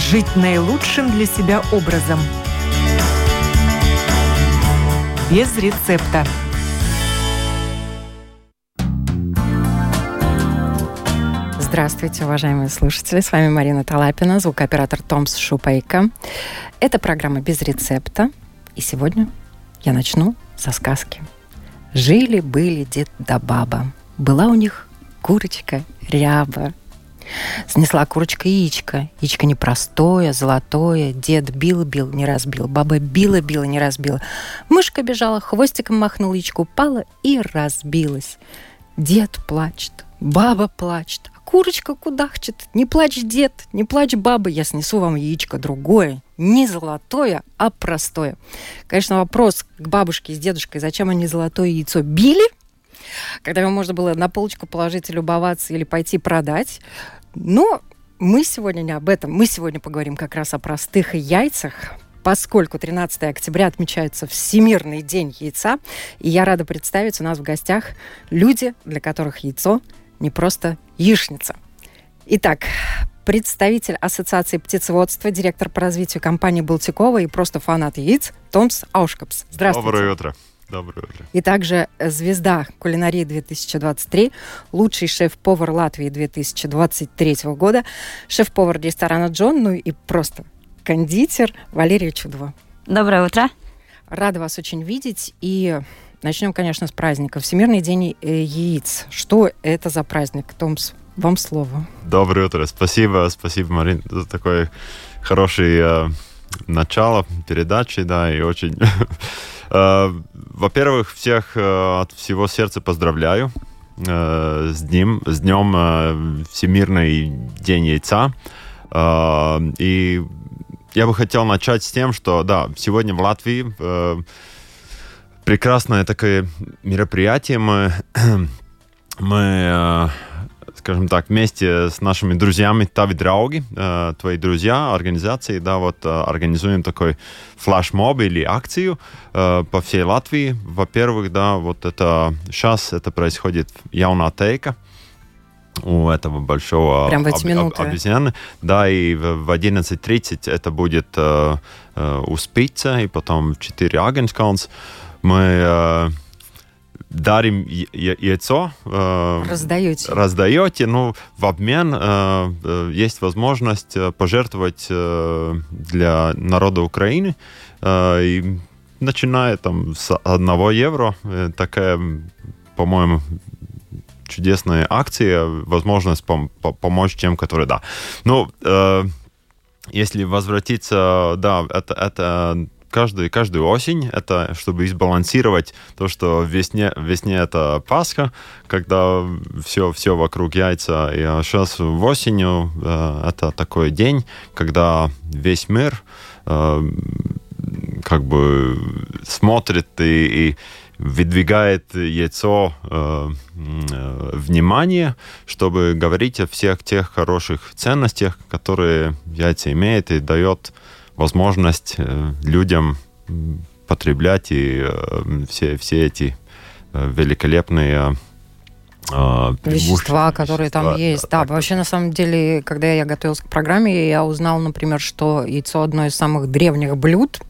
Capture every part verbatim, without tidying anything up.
жить наилучшим для себя образом. Без рецепта. Здравствуйте, уважаемые слушатели. С вами Марина Талапина, звукооператор Томс Шупейко. Это программа «Без рецепта». И сегодня я начну со сказки. Жили-были дед да баба. Была у них курочка ряба. Снесла курочка яичко. Яичко непростое, золотое. Дед бил-бил, не разбил. Баба била-била, не разбила. Мышка бежала, хвостиком махнула, яичко упала и разбилась. Дед плачет, баба плачет. Курочка кудахчет. Не плачь, дед, не плачь, баба, я снесу вам яичко другое. Не золотое, а простое. Конечно, вопрос к бабушке с дедушкой, зачем они золотое яйцо били, когда его можно было на полочку положить и любоваться, или пойти продать. Но мы сегодня не об этом. Мы сегодня поговорим как раз о простых яйцах, поскольку тринадцатого октября отмечается Всемирный день яйца. И я рада представить, у нас в гостях люди, для которых яйцо не просто яичница. Итак, представитель Ассоциации птицеводства, директор по развитию компании Балтикова и просто фанат яиц Томс Аушкапс. Здравствуйте. Доброе утро. Доброе утро. И также звезда кулинарии две тысячи двадцать три, лучший шеф-повар Латвии две тысячи двадцать третьего года, шеф-повар ресторана «Джон», ну и просто кондитер Валерия Чудова. Доброе утро. Рада вас очень видеть. И начнем, конечно, с праздника. Всемирный день яиц. Что это за праздник? Томс, вам слово. Доброе утро. Спасибо, спасибо, Марин, за такое хорошее э, начало передачи, да, и очень... э, во-первых, всех э, от всего сердца поздравляю э, с днем, с днем э, Всемирный день яйца. Э, и я бы хотел начать с тем, что, да, сегодня в Латвии э, прекрасное такое мероприятие. Мы, мы, скажем так, вместе с нашими друзьями Тави Драуги, твои друзья, организации, да, вот организуем такой флешмоб или акцию по всей Латвии. Во-первых, да, вот это сейчас это происходит Яунā Teika у этого большого Прям в эти об, минуты. об, обезьяны. Да, и в, в одиннадцать тридцать это будет э, э, у Спица, и потом в четыре Агенскалнс. Мы э, дарим я- яйцо. Э, Раздаете. Раздаете. Ну, в обмен э, э, есть возможность пожертвовать э, для народа Украины. Э, и начиная там с одного евро, э, такая, по-моему, чудесная акция, возможность пом- помочь тем, которые, да. Ну, э, если возвратиться, да, это, это каждую, каждую осень, это чтобы избалансировать то, что весне, весне это Пасха, когда все, все вокруг яйца, и сейчас в осенью э, это такой день, когда весь мир э, как бы смотрит и, и выдвигает яйцо э, э, внимание, чтобы говорить о всех тех хороших ценностях, которые яйца имеют, и дает возможность э, людям потреблять и э, все, все эти э, великолепные э, вещества, которые вещества, там есть. Да, да, вообще, на самом деле, когда я готовилась к программе, я узнала, например, что яйцо одно из самых древних блюд,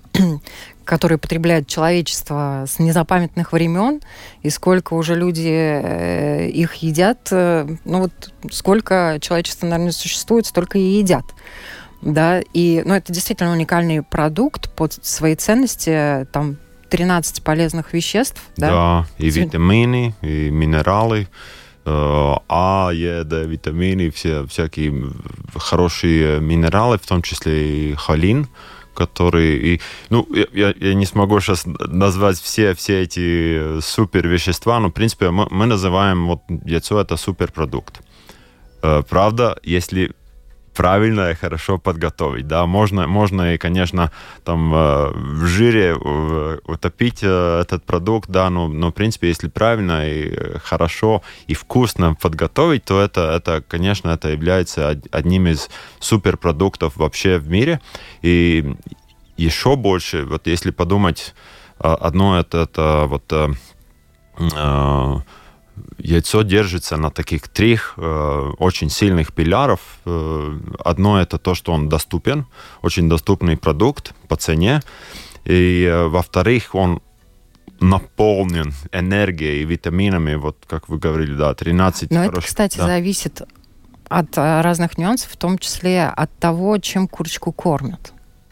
которые потребляет человечество с незапамятных времен, и сколько уже люди э, их едят, э, ну вот сколько человечества, наверное, существует, столько и едят. Да, и, ну, это действительно уникальный продукт под свои ценности, там тринадцать полезных веществ. Да, да, и витамины, и минералы, э, А, Е, Д, витамины, все всякие хорошие минералы, в том числе и холин, которые... И, ну, я, я не смогу сейчас назвать все, все эти супер вещества, но, в принципе, мы, мы называем вот яйцо это суперпродукт. Э, правда, если правильно и хорошо подготовить, да, можно, можно и, конечно, там э, в жире э, утопить э, этот продукт, да, но, но, в принципе, если правильно и хорошо и вкусно подготовить, то это, это, конечно, это является одним из суперпродуктов вообще в мире. И еще больше, вот если подумать, одно это, это вот э, яйцо держится на таких трех э, очень сильных пиляров. Э, одно это то, что он доступен, очень доступный продукт по цене. И, э, во-вторых, он наполнен энергией и витаминами, вот как вы говорили, да, тринадцать. Но хороших, это, кстати, да. зависит от разных нюансов, в том числе от того, чем курочку кормят.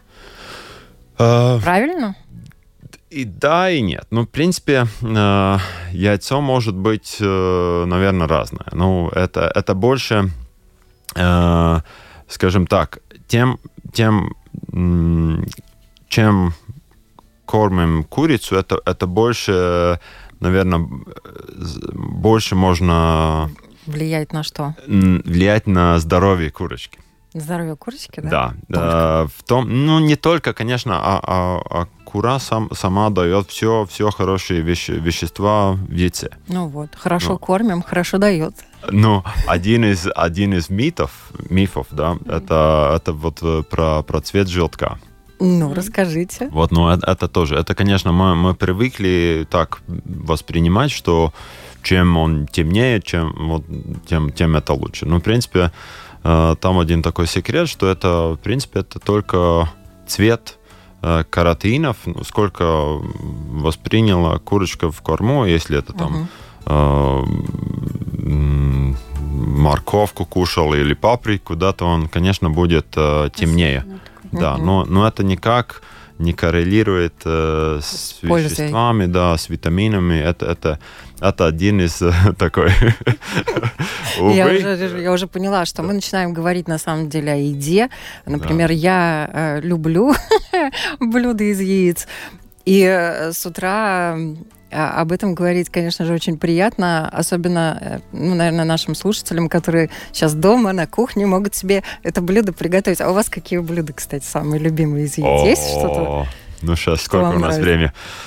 Э, Правильно? И да, и нет. Ну, в принципе, э, яйцо может быть, э, наверное, разное. Ну, это, это больше, э, скажем так, тем, тем м, чем кормим курицу, это, это больше, наверное, больше можно... Влияет на что? Влиять на здоровье курочки. Здоровье курочки, да? Да. Э, в том, ну, не только, конечно, а, а, а кура сам, сама дает все, все хорошие веще, вещества в яйце. Ну вот, хорошо ну, кормим, хорошо дает. Ну, один из, один из мифов, мифов, да, mm-hmm. это, это вот про, про цвет желтка. Ну, mm-hmm. расскажите. Вот, ну, это, это тоже. Это, конечно, мы, мы привыкли так воспринимать, что чем он темнее, чем, вот, тем, тем это лучше. Ну, в принципе, там один такой секрет, что это, в принципе, это только цвет каротинов, сколько восприняла курочка в корму, если это там uh-huh. э, морковку кушал или паприку, да, то он, конечно, будет э, темнее. Uh-huh. Да, но, но это никак не коррелирует э, с, с веществами, да, с витаминами. Это, это, это один из э, такой... я, уже, я уже поняла, что мы начинаем говорить на самом деле о еде. Например, да. я э, люблю блюда из яиц. И э, с утра об этом говорить, конечно же, очень приятно, особенно, ну, наверное, нашим слушателям, которые сейчас дома на кухне могут себе это блюдо приготовить. А у вас какие блюда, кстати, самые любимые из яиц? Есть что-то? Ну, сейчас сколько у нас времени?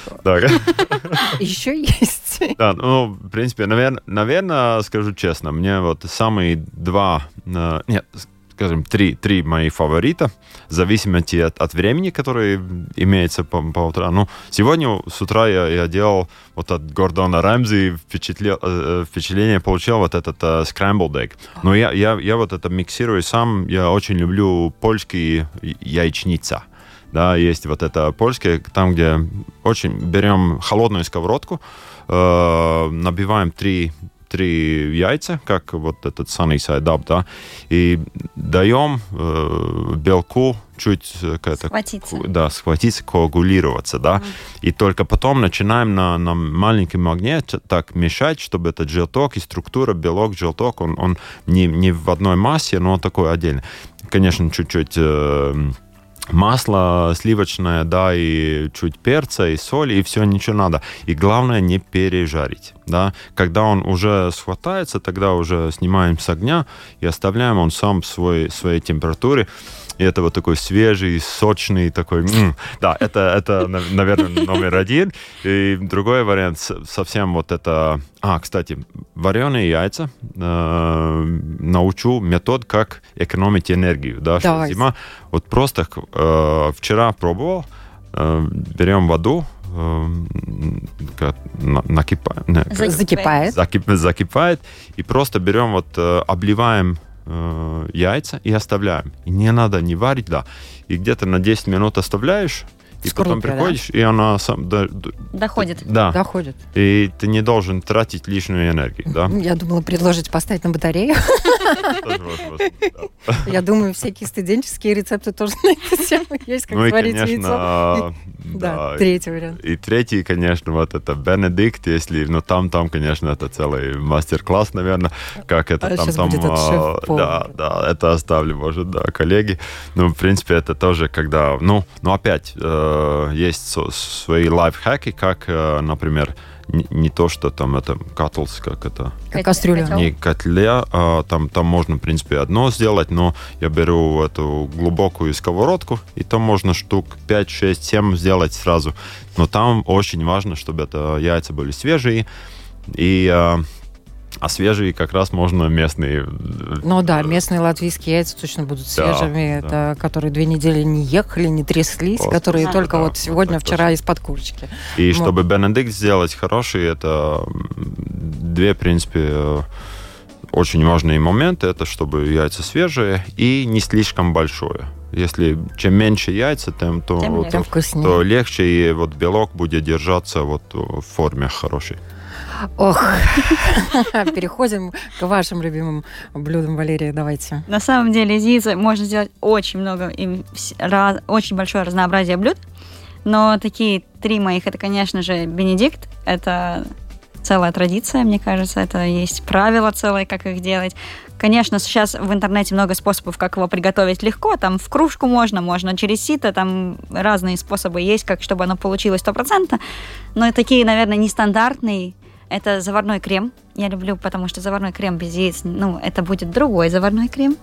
Еще есть. Да, ну, в принципе, наверное, скажу честно, мне вот самые два... Нет, скажем, три, три мои фаворита, в зависимости от, от времени, которое имеется по, по утрам. Ну, сегодня с утра я, я делал вот от Гордона Рэмзи, впечатле, впечатление получил вот этот uh, scrambled egg. Но я, я, я вот это миксирую сам, я очень люблю польские яичница. Да, есть вот это польское, там, где очень берем холодную сковородку, э, набиваем три три яйца, как вот этот sunny side up, да, и даем э, белку чуть схватиться. Да, схватиться, коагулироваться, да, mm. и только потом начинаем на, на маленьком огне так мешать, чтобы этот желток и структура, белок, желток, он, он не, не в одной массе, но такой отдельный. Конечно, чуть-чуть... Э, масло сливочное, да, и чуть перца, и соли, и все, ничего надо. И главное, не пережарить, да. Когда он уже схватается, тогда уже снимаем с огня и оставляем он сам в свой, своей температуре. И это вот такой свежий, сочный такой... М-м. Да, это, это, наверное, номер один. И другой вариант совсем вот это... А, кстати, вареные яйца. Э, научу метод, как экономить энергию. Да, что зима... Вот просто э, вчера пробовал. Э, берем воду, э, накипает, не, закипает. Закип, закипает. И просто берем, вот, э, обливаем яйца и оставляем. И не надо не варить, да. И где-то на десять минут оставляешь, и потом приходишь, да? И она сам... Да, доходит. Да. Доходит. И ты не должен тратить лишнюю энергию, да? Я думала предложить поставить на батарею. Я думаю, всякие студенческие рецепты тоже на эту тему есть, как сварить яйцо. Да, третий вариант. И третий, конечно, вот это Бенедикт, если... Ну, там, там, конечно, это целый мастер-класс, наверное, как это там... Сейчас будет этот шеф-повар. Да, да, это оставлю, может, да, коллеги. Ну, в принципе, это тоже, когда... Ну, ну опять, есть свои лайфхаки, как, например, не, не то, что там это катлс, как это... Как кастрюля. Не котля, а там, там можно, в принципе, одно сделать, но я беру эту глубокую сковородку, и там можно штук пять, шесть, семь сделать сразу. Но там очень важно, чтобы это яйца были свежие, и... А свежие как раз можно местные. Ну да, местные латвийские яйца точно будут свежими. Да, это да. Которые две недели не ехали, не тряслись, вот, которые а, только да, вот сегодня, вот вчера из-под курочки. И вот. Чтобы Бенедикт сделать хороший, это две, в принципе, очень важные моменты. Это чтобы яйца свежие и не слишком большое. Если чем меньше яйца, тем, то, тем, то, то легче, и вот белок будет держаться вот в форме хорошей. Ох, переходим к вашим любимым блюдам, Валерия, давайте. На самом деле из яица можно сделать очень много, и раз, очень большое разнообразие блюд, но такие три моих, это, конечно же, Бенедикт, это целая традиция, мне кажется, это есть правила целые, как их делать. Конечно, сейчас в интернете много способов, как его приготовить легко. Там в кружку можно, можно через сито. Там разные способы есть, как чтобы оно получилось сто процентов. Но такие, наверное, нестандартные. Это заварной крем. Я люблю, потому что заварной крем без яиц, ну, это будет другой заварной крем.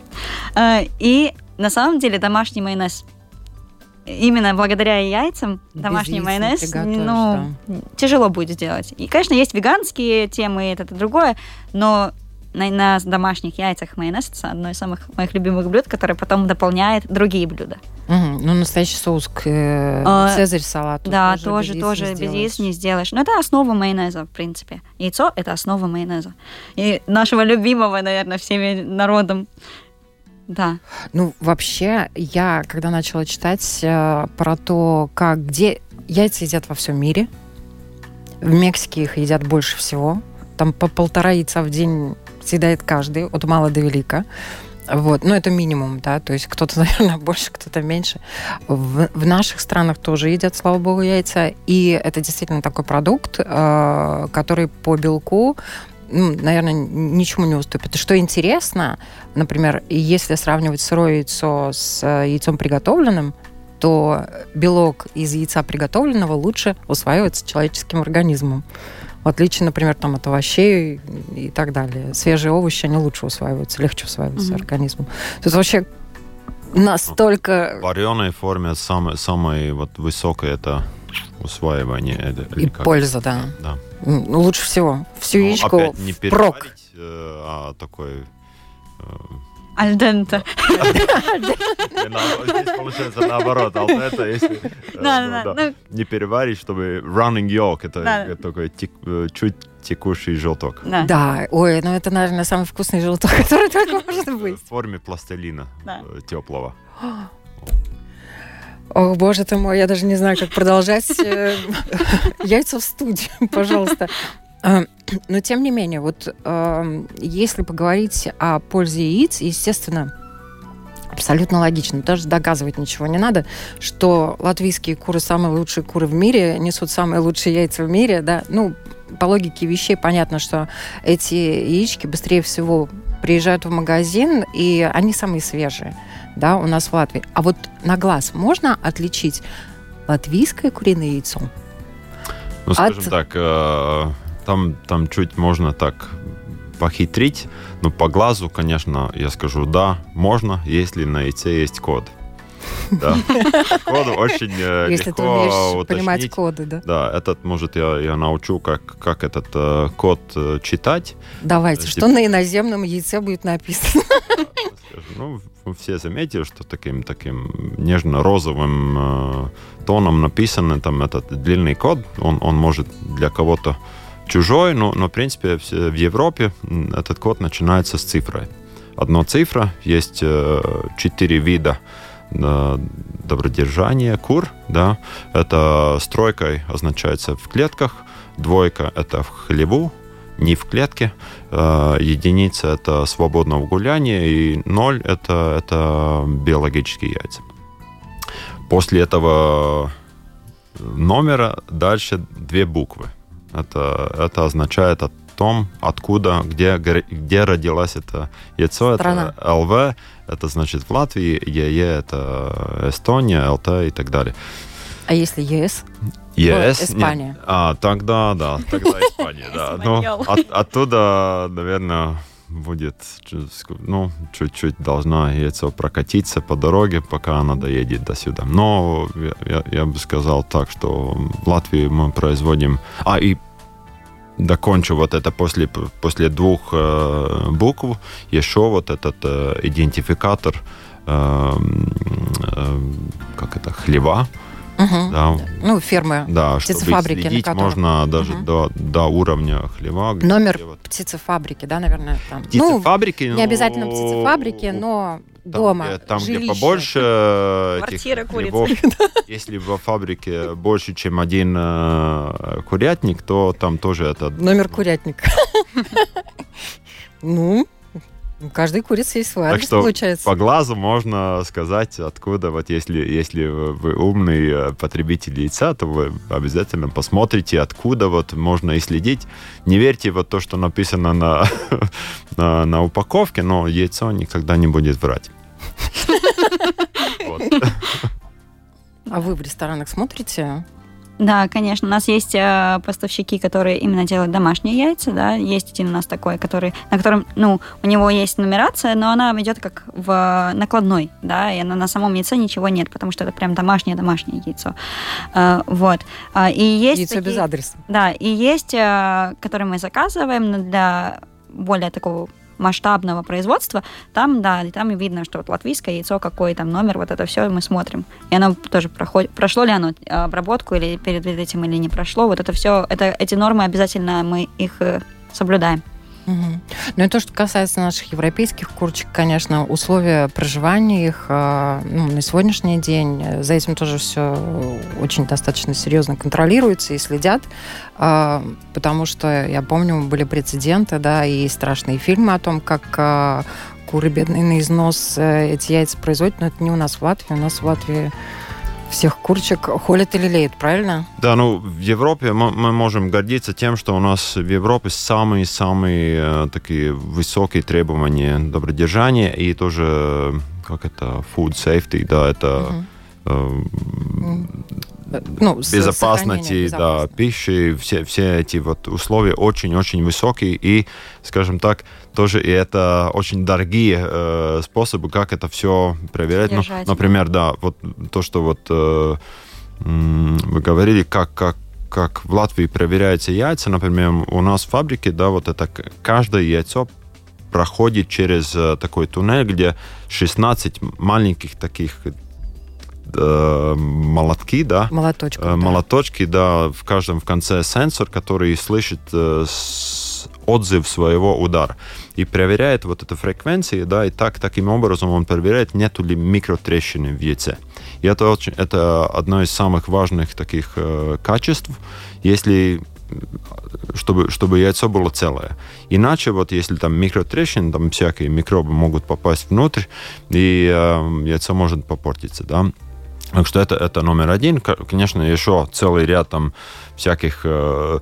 И на самом деле домашний майонез. Именно благодаря яйцам без домашний майонез ну, да. тяжело будет сделать. И, конечно, есть веганские темы, это, это другое, но на, на домашних яйцах майонез это одно из самых моих любимых блюд, которое потом дополняет другие блюда. Угу. Ну, настоящий соус к э, цезарь салату. Да, тоже, тоже, тоже без яиц не сделаешь. Но это основа майонеза, в принципе. Яйцо – это основа майонеза. И нашего любимого, наверное, всеми народом. Да. Ну, вообще, я, когда начала читать э, про то, как, где яйца едят во всем мире, в Мексике их едят больше всего. Там по полтора яйца в день съедает каждый, от мала до велика. Вот. Ну, это минимум, да, то есть кто-то, наверное, больше, кто-то меньше. В, в наших странах тоже едят, слава богу, яйца, и это действительно такой продукт, э, который по белку, ну, наверное, ничему не уступит. И что интересно, например, если сравнивать сырое яйцо с яйцом приготовленным, то белок из яйца приготовленного лучше усваивается человеческим организмом. В отличие, например, там, от овощей и так далее. Свежие овощи, они лучше усваиваются, легче усваиваются mm-hmm. организмом. Тут вообще настолько... В вареной форме самое, самое вот высокое это усваивание. Это, и как? Польза, да. да. Ну, лучше всего. Всю ну, яичку опять не переварить, а такой... Аль денте. Здесь получается наоборот. Аль денте, если не переварить, чтобы running yolk, это такой чуть текущий желток. Да, ой, ну это, наверное, самый вкусный желток, который только может быть. В форме пластилина теплого. Ох, боже ты мой, я даже не знаю, как продолжать. Яйца в студии, пожалуйста. Но, тем не менее, вот э, если поговорить о пользе яиц, естественно, абсолютно логично, даже доказывать ничего не надо, что латвийские куры самые лучшие куры в мире, несут самые лучшие яйца в мире, да, ну, по логике вещей понятно, что эти яички быстрее всего приезжают в магазин, и они самые свежие, да, у нас в Латвии. А вот на глаз можно отличить латвийское куриное яйцо? Ну, скажем от... так... Э- Там, там чуть можно так похитрить, но по глазу, конечно, я скажу, да, можно, если на яйце есть код. Да. Код очень легко если ты умеешь понимать коды, да? Да, этот, может, я, я научу, как, как этот э, код э, читать. Давайте, что на иноземном яйце будет написано? Ну, все заметили, что таким, таким нежно-розовым э, тоном написан там этот длинный код. Он, он может для кого-то чужой, но, но, в принципе, в Европе этот код начинается с цифрой. Одна цифра, есть э, четыре вида э, добродержания кур, да, это с тройкой означается в клетках, двойка это в хлеву, не в клетке, э, единица это свободного гуляния, и ноль это, это биологические яйца. После этого номера дальше две буквы. Это, это означает о том, откуда, где, где родилась это яйцо. Страна. Это эл ви, это значит в Латвии, ЕЕ это Эстония, эл тэ и так далее. А если ЕС? ЕС? О, Испания. Нет. А, тогда, да, тогда Испания, да. Но от, оттуда, наверное, будет, ну, чуть-чуть должна яйцо прокатиться по дороге, пока она доедет до сюда. Но я, я, я бы сказал так, что в Латвии мы производим... А, и докончу вот это после, после двух э, букв, еще вот этот э, идентификатор, э, э, как это, хлева. Угу. Да. Ну, фермы, да, птицефабрики. Чтобы следить можно даже угу. до, до уровня хлева. Номер вот... птицефабрики, да, наверное? Там. Птицефабрики? Ну, ну, не обязательно птицефабрики, но там, дома, где, Там, жилище. где побольше Квартира этих хлебов. Если в фабрике больше, чем один э, курятник, то там тоже это... Номер курятника. Ну... У каждой курицы есть свой адрес, получается. По глазу можно сказать, откуда, вот если, если вы умный потребитель яйца, то вы обязательно посмотрите, откуда вот можно и следить. Не верьте вот то, что написано на, на, на упаковке, но яйцо никогда не будет врать. А вы в ресторанах смотрите? Да, конечно. У нас есть э, поставщики, которые именно делают домашние яйца, да. Есть один у нас такой, который, на котором, ну, у него есть нумерация, но она идет как в накладной, да, и она, на самом яйце ничего нет, потому что это прям домашнее-домашнее яйцо. Э, вот. Э, и есть яйцо такие, без адреса. Да, и есть, э, которые мы заказываем, но для более такого масштабного производства, там, да, и там и видно, что вот латвийское яйцо, какой там номер, вот это все мы смотрим. И оно тоже проходит, прошло ли оно обработку или перед этим или не прошло, вот это все, это, эти нормы обязательно мы их соблюдаем. Угу. Ну и то, что касается наших европейских курочек, конечно, условия проживания их ну, на сегодняшний день, за этим тоже все очень достаточно серьезно контролируется и следят, потому что, я помню, были прецеденты, да, и страшные фильмы о том, как куры бедные на износ эти яйца производят, но это не у нас в Латвии, у нас в Латвии всех курочек холят и лелеют, правильно? Да, ну, в Европе мы, мы можем гордиться тем, что у нас в Европе самые-самые э, такие высокие требования добродержания и тоже, как это, food safety, да, это uh-huh. э, ну, безопасности, да, пищи, все, все эти вот условия очень-очень высокие и, скажем так, тоже и это очень дорогие э, способы, как это все проверять. Ну, например, да, вот то, что вот э, вы говорили, как, как, как в Латвии проверяются яйца, например, у нас в фабрике, да, вот это каждое яйцо проходит через э, такой туннель, где шестнадцать маленьких таких э, молотки, да, молоточки, э, да. молоточки, да, в каждом в конце сенсор, который слышит э, с, отзыв своего удара и проверяет вот эту фреквенцию, да, и так, таким образом он проверяет, нету ли микротрещины в яйце. И это, очень, это одно из самых важных таких э, качеств, если, чтобы, чтобы яйцо было целое. Иначе, вот если там микротрещины, там всякие микробы могут попасть внутрь, и э, яйцо может попортиться, да. Так что это, это номер один. Конечно, еще целый ряд там всяких, э,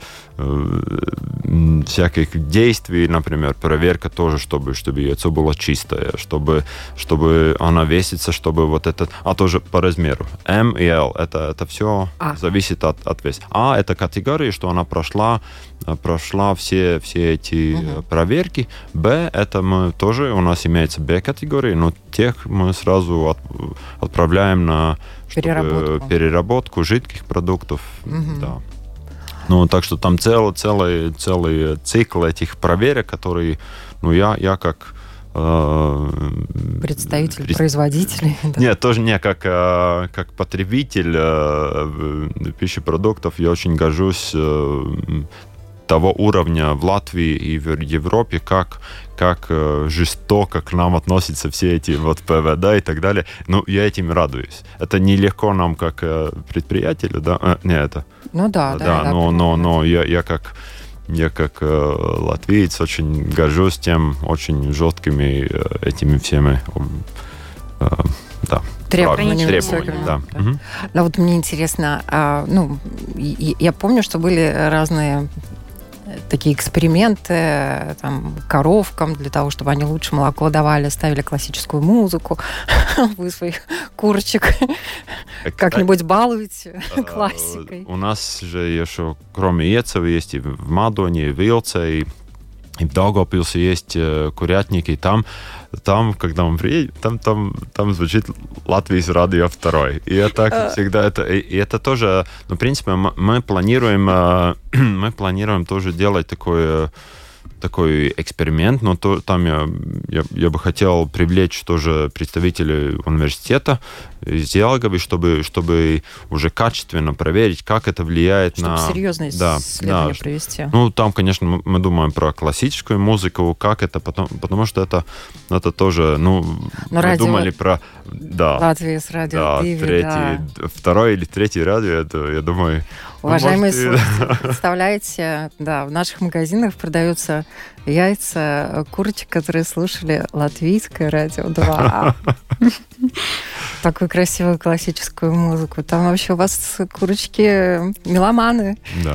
э, всяких действий, например, проверка тоже, чтобы, чтобы яйцо было чистое, чтобы, чтобы она весится, чтобы вот этот... А тоже по размеру. М и Л, это, это все а. зависит от, от веса. А это категории, что она прошла, прошла все, все эти угу. проверки. Б, это мы тоже, у нас имеется Б-категории, но тех мы сразу от, отправляем на переработку. переработку жидких продуктов. Угу. Да. Ну, так что там целый, целый, целый цикл этих проверок, которые, ну, я, я как... Э, представитель пред... производителей. Да. Нет, тоже не как, э, как потребитель э, пищепродуктов. Я очень горжусь э, того уровня в Латвии и в Европе, как, как э, жестоко к нам относятся все эти вот ПВД и так далее. Ну, я этим радуюсь. Это нелегко нам, как э, предприятелю, да? Э, не, это... Ну да, да. Да, да но, но, но я, я как... Я как э, латвиец очень горжусь тем очень жесткими э, этими всеми э, да, требованиями. требованиями да. Да. Угу. Да, вот мне интересно, а, ну, я помню, что были разные такие эксперименты там, коровкам для того, чтобы они лучше молоко давали, ставили классическую музыку. Вы своих курочек как-нибудь балуете классикой. У нас же еще, кроме яйцев, есть и в Мадоне, и в Илце, и И в Даугавпилсе есть курятники, и там, там, когда мы приедем, там, там, там звучит Латвийс радио второй. И это uh. всегда это, и, и это тоже, ну, в принципе, мы, мы планируем, мы планируем тоже делать такой, такой эксперимент, но то, там я, я, я бы хотел привлечь тоже представителей университета из Jelgavy, чтобы, чтобы уже качественно проверить, как это влияет чтобы на... Чтобы серьезное да, исследование да, провести. Ну, там, конечно, мы, мы думаем про классическую музыку, как это потом... Потому что это, это тоже... Ну, но мы радио... думали про... Да, Латвийс радио. Да, Диви, третий, да. Второй или третий радио, это, я думаю... Уважаемые ну, может, слушатели, представляете, да, в наших магазинах продаются яйца курочек, которые слушали Латвийское радио два. Такую красивую классическую музыку. Там вообще у вас курочки меломаны. Да.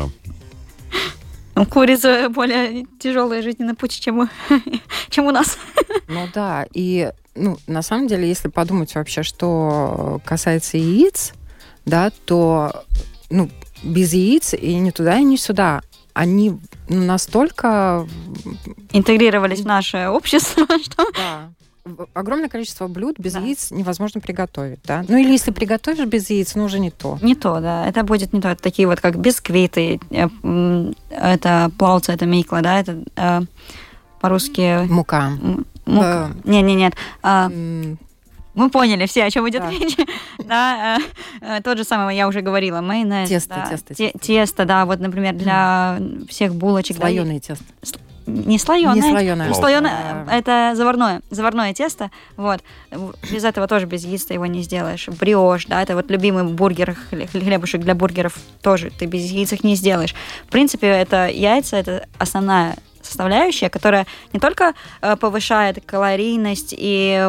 У курицы более тяжелая жизненный путь, чем у, чем у нас. Ну да, и ну, на самом деле, если подумать вообще, что касается яиц, да, то ну, без яиц и ни туда, и ни сюда. Они настолько... интегрировались в наше общество, что... Да. Огромное количество блюд без да. яиц невозможно приготовить, да? Ну или если приготовишь без яиц, ну уже не то. Не то, да. Это будет не то. Это такие вот как бисквиты, это плауца, это мейкла, да, это э, по-русски... Мука. Мука. Э... Не, не, нет. А, мы поняли все, о чем идет да. речь. да, э, тот же самый, я уже говорила, майонез. Тесто, да, тесто, те, тесто. Тесто, да, вот, например, для mm. всех булочек. Слоеное да, тесто. Не слоеное. Не слоеное. слоеное а... Это заварное, заварное тесто. Вот. Без этого тоже без яиц ты его не сделаешь. Бриош, да, это вот любимый бургер, хлебушек для бургеров тоже ты без яиц их не сделаешь. В принципе, это яйца, это основная составляющая, которая не только повышает калорийность и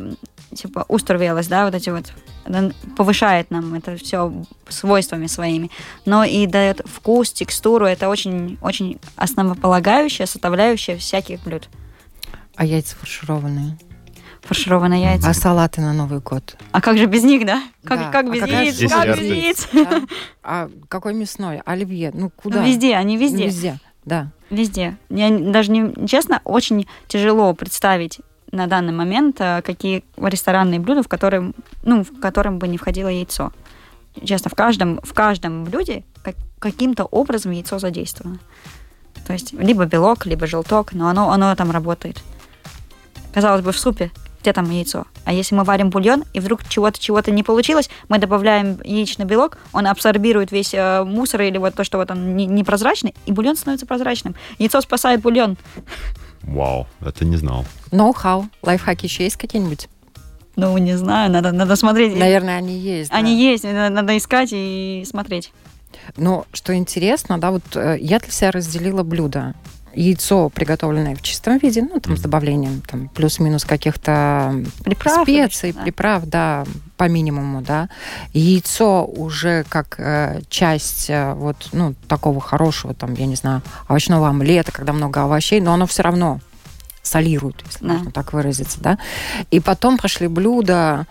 типа устроилась, да, вот эти вот, повышает нам это все свойствами своими, но и дает вкус, текстуру, это очень, очень основополагающая составляющая всяких блюд. А яйца фаршированные? Фаршированные яйца. А салаты на Новый год? А как же без них, да? Как, да. как без а яиц? Есть как яйца. без яиц? Да. А какой мясной? Оливье? Ну, куда? Ну, везде, они везде. Ну, везде, да. Везде. Я даже, не, честно, очень тяжело представить на данный момент какие ресторанные блюда, в котором, ну, в котором бы не входило яйцо. Честно, в каждом, в каждом блюде как, каким-то образом яйцо задействовано. То есть либо белок, либо желток, но оно, оно там работает. Казалось бы, в супе где там яйцо? А если мы варим бульон, и вдруг чего-то чего-то не получилось, мы добавляем яичный белок, он абсорбирует весь э, мусор или вот то, что вот он не, непрозрачный, и бульон становится прозрачным. Яйцо спасает бульон. Вау, это не знал. Ноу-хау. Лайфхаки еще есть какие-нибудь? Ну, не знаю, надо, надо смотреть. Наверное, они есть. Они да. есть, надо, надо искать и смотреть. Но что интересно, да, вот я для себя разделила блюда. Яйцо, приготовленное в чистом виде, ну, там, mm. с добавлением, там, плюс-минус каких-то приправ, специй, да. приправ, да, по минимуму, да. Яйцо уже как э, часть э, вот, ну, такого хорошего, там, я не знаю, овощного омлета, когда много овощей, но оно все равно солирует, если да. можно так выразиться, да. И потом пошли блюда...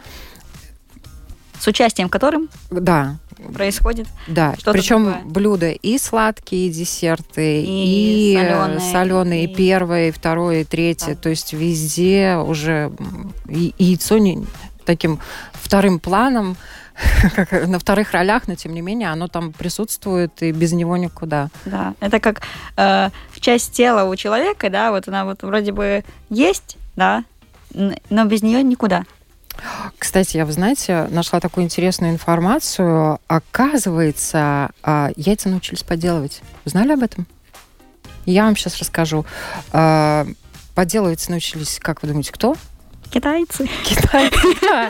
С участием которым? Да. Происходит. Да, что-то причем такое. Блюда и сладкие, и десерты, и, и соленые, соленые, и... и первое, и второе, и третье. Да. То есть везде уже и, и яйцо не, таким вторым планом, как на вторых ролях, но тем не менее оно там присутствует, и без него никуда. Да, это как э, часть тела у человека, да, вот она вот вроде бы есть, да, но без нее никуда. Кстати, я, вы знаете, нашла такую интересную информацию. Оказывается, яйца научились подделывать. Вы знали об этом? Я вам сейчас расскажу. Подделывать научились, как вы думаете, кто? Китайцы. Китайцы, да.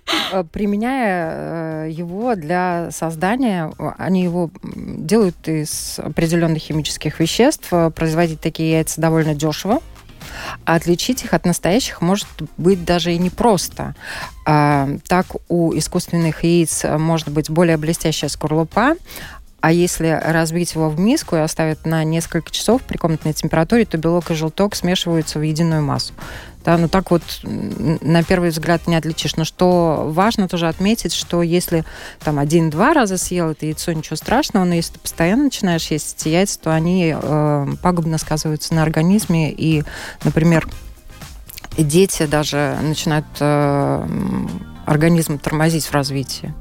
Применяя его для создания, они его делают из определенных химических веществ. Производить такие яйца довольно дешево. А отличить их от настоящих может быть даже и непросто. А, так у искусственных яиц может быть более блестящая скорлупа, А если разбить его в миску и оставить на несколько часов при комнатной температуре, то белок и желток смешиваются в единую массу. Да, ну так вот на первый взгляд не отличишь. Но что важно тоже отметить, что если там один-два раза съел это яйцо, ничего страшного, но если ты постоянно начинаешь есть эти яйца, то они э, пагубно сказываются на организме. И, например, дети даже начинают э, организм тормозить в развитии.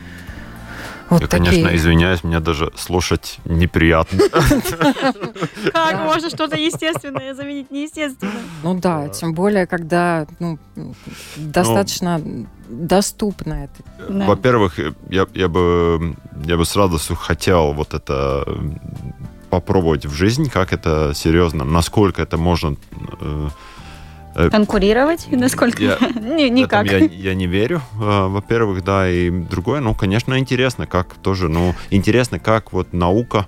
Вот Я, такие. конечно, извиняюсь, мне даже слушать неприятно. Как можно что-то естественное заменить неестественным? Ну да, тем более, когда ну, достаточно доступно это. Да. Во-первых, я, я, бы, я бы с радостью хотел вот это попробовать в жизни, как это серьезно, насколько это можно... э, Конкурировать? Насколько? Я, Не- Никак. я, я не верю, э, во-первых, да, и другое, ну, конечно, интересно, как тоже, ну, интересно, как вот наука...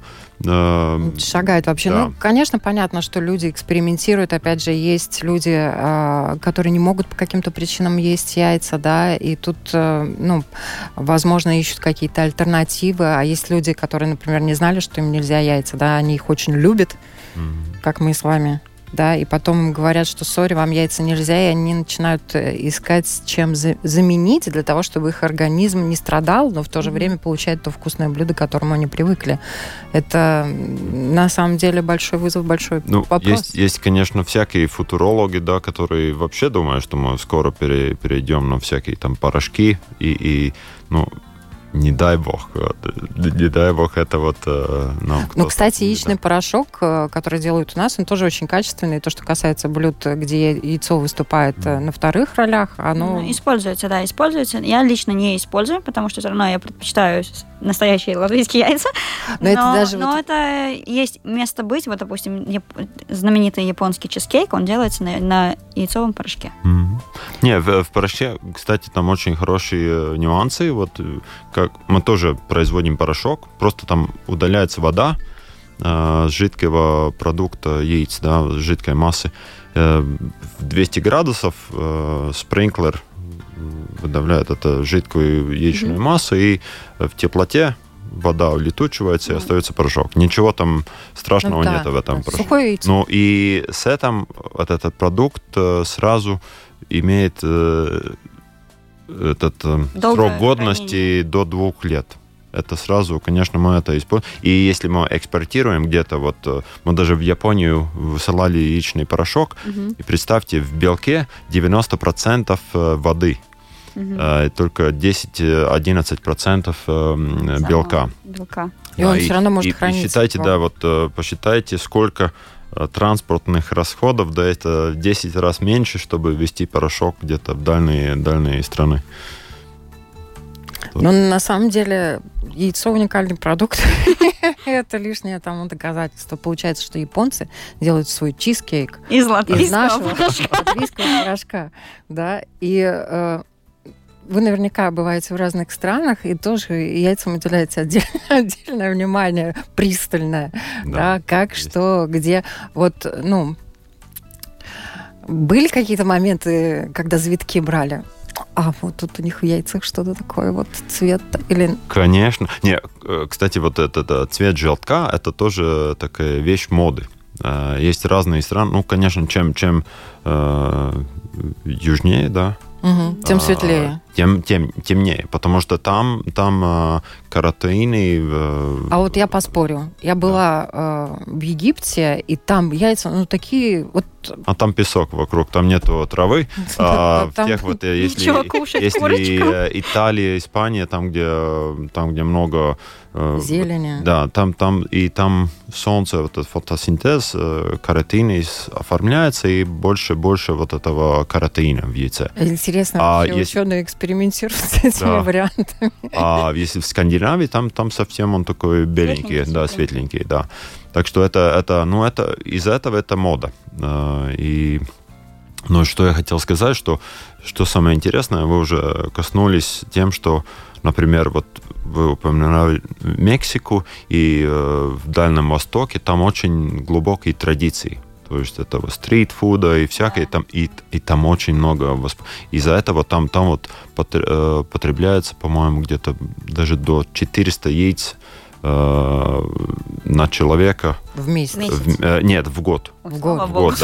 э, Шагает вообще. Да. Ну, конечно, понятно, что люди экспериментируют. Опять же, есть люди, э, которые не могут по каким-то причинам есть яйца, да, и тут, э, ну, возможно, ищут какие-то альтернативы. А есть люди, которые, например, не знали, что им нельзя яйца, да, они их очень любят, mm. как мы с вами. Да, и потом им говорят, что сори, вам яйца нельзя, и они начинают искать, чем за- заменить для того, чтобы их организм не страдал, но в то же Mm-hmm. время получать то вкусное блюдо, к которому они привыкли. Это на самом деле большой вызов, большой Ну, вопрос. есть, есть, конечно, всякие футурологи, да, которые вообще думают, что мы скоро пере- перейдем на всякие там порошки и, и ну, не дай бог, не дай бог, это вот... Ну, Ну, кстати, яичный порошок, который делают у нас, он тоже очень качественный. То, что касается блюд, где яйцо выступает mm. на вторых ролях, оно... Ну, используется, да, используется. Я лично не использую, потому что все равно я предпочитаю настоящие латвийские яйца. Но, но, это, даже но вот... это есть место быть. Вот, допустим, яп... знаменитый японский чизкейк, он делается на, на яйцовом порошке. Mm-hmm. Не, в, в порошке, кстати, там очень хорошие нюансы. Вот как мы тоже производим порошок, просто там удаляется вода э, с жидкого продукта яиц, да, с жидкой массы. Э, в двести градусов э, спринклер выдавляет эту жидкую яичную mm-hmm. массу, и в теплоте вода улетучивается, mm-hmm. и остается порошок. Ничего там страшного ну, да, нет в этом да, порошке. Сухое яйцо. Ну и с этим вот этот продукт э, сразу имеет э, этот э, срок годности хранение. До двух лет. Это сразу, конечно, мы это используем. И если мы экспортируем где-то, вот мы даже в Японию высылали яичный порошок, uh-huh. и представьте, в белке девяносто процентов воды, uh-huh. э, только десять-одиннадцать процентов э, белка. белка. И он да, все равно может и, храниться. И считайте, да, вот посчитайте, сколько транспортных расходов, да, это в десять раз меньше, чтобы везти порошок где-то в дальние, дальние страны. Ну, на самом деле, яйцо уникальный продукт. Это лишнее тому доказательство. Получается, что японцы делают свой чизкейк из нашего латвийского порошка. Да, и э, вы наверняка бываете в разных странах, и тоже яйцам уделяете отдельное, отдельное внимание, пристальное. Да, да, как, есть. Что, где. Вот, ну, были какие-то моменты, когда завитки брали? А вот тут у них в яйцах что-то такое, вот цвет или... Конечно. Не, кстати, вот этот, этот цвет желтка, это тоже такая вещь моды. Есть разные страны. Ну, конечно, чем, чем э, южнее, да, угу, тем светлее. А, тем, тем темнее, потому что там, там э, каротеины... Э, а вот я поспорю. Я была да. э, в Египте, и там яйца, ну, такие... Вот... А там песок вокруг, там нету травы. А в тех вот, если, если Италия, Испания, там, где, там, где много... Зелени. Да, там, там, и там солнце, вот этот фотосинтез, каротины оформляется, и больше, больше вот этого каротеина в яйце. Интересно, а вообще есть... ученые экспериментируют с этими да. вариантами. А если в Скандинавии, там, там совсем он такой беленький, светленький, да, светленький, да. Так что это, это, ну, это, из-за этого это мода. И, ну, что я хотел сказать, что, что самое интересное, вы уже коснулись тем, что, например, вот вы упоминали Мексику, и э, в Дальнем Востоке там очень глубокие традиции. То есть этого стрит-фуда и всякое, там, и, и там очень много. Из-за этого там, там вот потребляется, по-моему, где-то даже до четыреста яиц э, на человека. В месяц? В, э, нет, в год. В год. В год,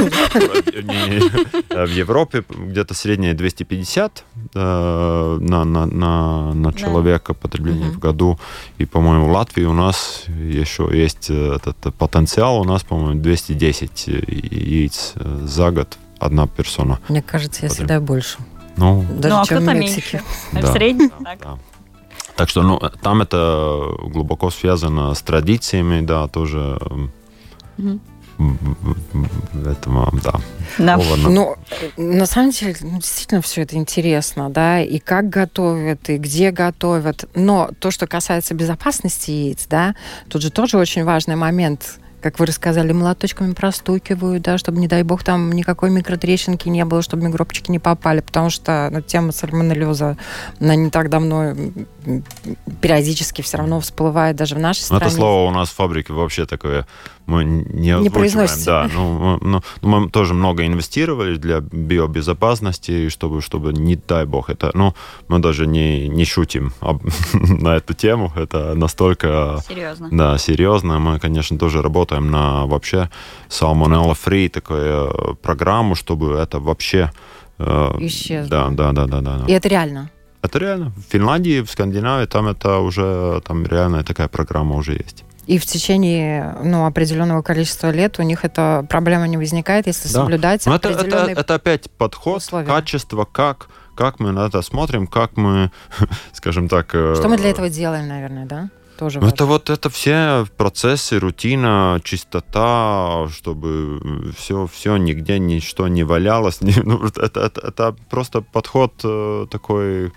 да. В Европе где-то среднее двести пятьдесят э, на, на, на, на человека потребление в году. И, по-моему, в Латвии у нас еще есть этот потенциал. У нас, по-моему, двести десять яиц за год одна персона. Мне кажется, я съедаю больше. Ну, даже ну, а чем в кто-то Мексике. меньше. В среднем так. Да. Так что, ну, там это глубоко связано с традициями, да, тоже. Угу. Этого, да. Да. Ну, на самом деле, ну, действительно, все это интересно, да, и как готовят, и где готовят. Но то, что касается безопасности яиц, да, тут же тоже очень важный момент. Как вы рассказали, молоточками простукивают, да, чтобы, не дай бог, там никакой микротрещинки не было, чтобы микробчики не попали, потому что ну, тема сальмонеллеза, она не так давно периодически все равно всплывает даже в нашей стране. Это слово у нас в фабрике вообще такое, мы не, не произносим. Да, ну, ну, мы тоже много инвестировали для биобезопасности, чтобы, чтобы не дай бог, это, ну, мы даже не, не шутим об, на эту тему, это настолько... Серьезно. Да, серьезно. Мы, конечно, тоже работаем на вообще salmonella-free такую программу, чтобы это вообще... Э, исчезло. Да, да, да, да, да. И это реально? Это реально. В Финляндии, в Скандинавии, там это уже, там реально такая программа уже есть. И в течение ну, определенного количества лет у них эта проблема не возникает, если да. соблюдать это, определенные это, это опять подход, условия. Качество, как, как мы на это смотрим, как мы, скажем так... Что мы для этого делаем, наверное, да? Тоже важно. Это вот это все процессы, рутина, чистота, чтобы все, все нигде ничто не валялось. Ну, это, это, это просто подход такой...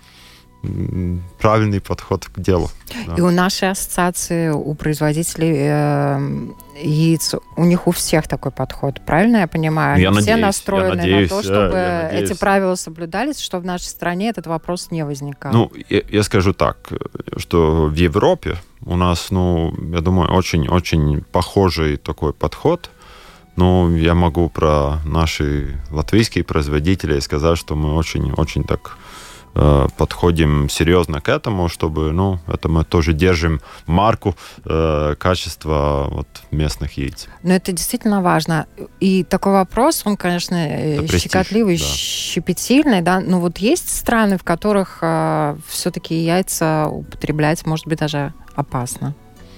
правильный подход к делу. Да. И у нашей ассоциации, у производителей э, яиц, у них у всех такой подход, правильно я понимаю? Они я все надеюсь, настроены надеюсь, на то, чтобы я эти надеюсь. правила соблюдались, чтобы в нашей стране этот вопрос не возникал. Ну, я, я скажу так, что в Европе у нас, ну, я думаю, очень-очень похожий такой подход. Ну, я могу про наши латвийские производители сказать, что мы очень-очень так подходим серьезно к этому, чтобы, ну, это мы тоже держим марку э, качества вот, местных яиц. Но это действительно важно. И такой вопрос, он, конечно, это щекотливый, престиж, да. щепетильный, да, но вот есть страны, в которых э, все-таки яйца употреблять, может быть, даже опасно.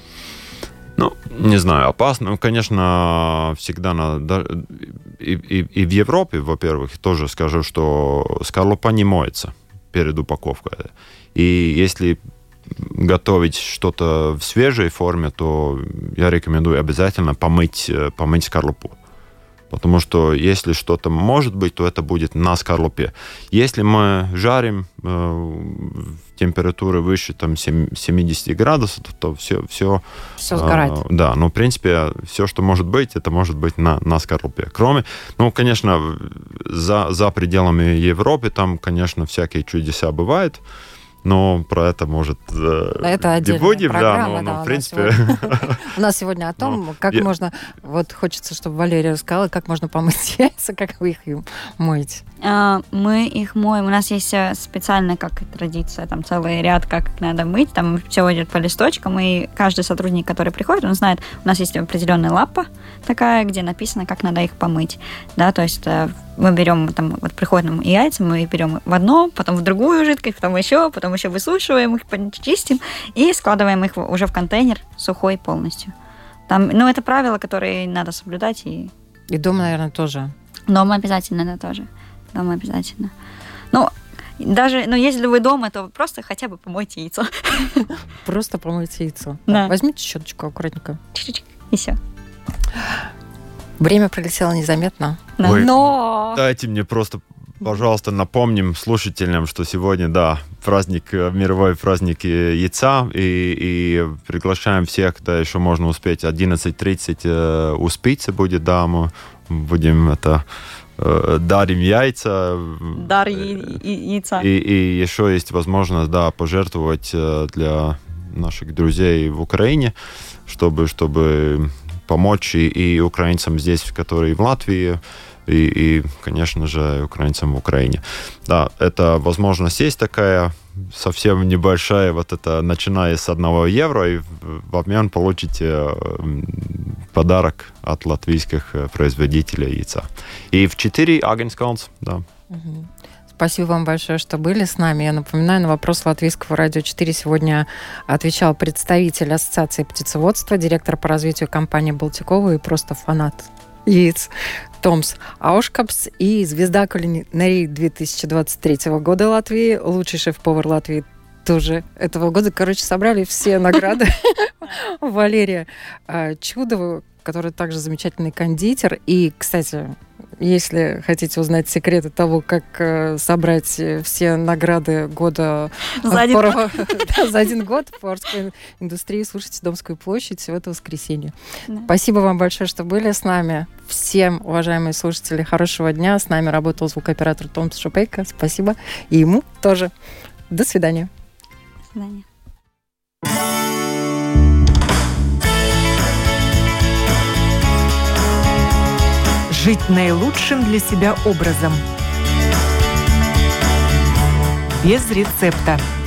Ну, не знаю, опасно. Ну, конечно, всегда надо... И, и, и в Европе, во-первых, тоже скажу, что скорлупа не моется перед упаковкой. И если готовить что-то в свежей форме, то я рекомендую обязательно помыть, помыть скорлупу. Потому что если что-то может быть, то это будет на скорлупе. Если мы жарим э, температуры выше там, семьдесят градусов, то, то все... Все, все сгорает. Э, да, но в принципе все, что может быть, это может быть на, на скорлупе. Кроме, ну, конечно, за, за пределами Европы там, конечно, всякие чудеса бывают. Но про это, может, это не будем, да, но, да, но в принципе... У нас сегодня о том, как можно... Вот хочется, чтобы Валерия рассказала, как можно помыть яйца, как вы их моете. Мы их моем. У нас есть специальная как традиция, там целый ряд, как их надо мыть. Там все идет по листочкам, и каждый сотрудник, который приходит, он знает, у нас есть определенная лапа такая, где написано, как надо их помыть. Да, то есть мы берем, там, вот приходим яйца, мы их берем в одно, потом в другую жидкость, потом еще, потом еще высушиваем их, чистим и складываем их уже в контейнер сухой полностью. Там, ну, это правила, которые надо соблюдать. И, и дома, наверное, тоже. Дома обязательно, да, тоже. Дома обязательно. Ну, даже, ну, если вы дома, то просто хотя бы помойте яйцо. Просто помойте яйцо. Да. Возьмите щеточку аккуратненько. Чик-чик, и все. Время пролетело незаметно. Да. Ой, но... Дайте мне просто, пожалуйста, напомним слушателям, что сегодня, да, праздник, мировой праздник яйца, и, и приглашаем всех, кто еще можно успеть, одиннадцать тридцать э, успеть будет, да, мы будем это... дарим яйца. Дар яйца. И, и еще есть возможность, да, пожертвовать для наших друзей в Украине, чтобы, чтобы помочь и, и украинцам здесь, которые в Латвии, и, и, конечно же, украинцам в Украине. Да, эта возможность есть такая. совсем небольшая, вот это, начиная с одного евро, и в обмен получите подарок от латвийских производителей яйца. И в четыре Агенскалns, да. Угу. Спасибо вам большое, что были с нами. Я напоминаю, на вопрос Латвийского радио четыре сегодня отвечал представитель Ассоциации птицеводства, директор по развитию компании «Балтикова» и просто фанат яиц Томс Аушкапс и звезда кулинарии две тысячи двадцать третьего года Латвии, лучший шеф-повар Латвии тоже этого года. Короче, собрали все награды. Валерия Чудова, которая также замечательный кондитер. И, кстати, если хотите узнать секреты того, как э, собрать все награды года за один, пор... год. да, за один год в поварской индустрии, слушайте «Домскую площадь» в это воскресенье. Да. Спасибо вам большое, что были с нами. Всем, уважаемые слушатели, хорошего дня. С нами работал звукооператор Томс Шупейка. Спасибо. И ему тоже. До свидания. До свидания. Жить наилучшим для себя образом. Без рецепта.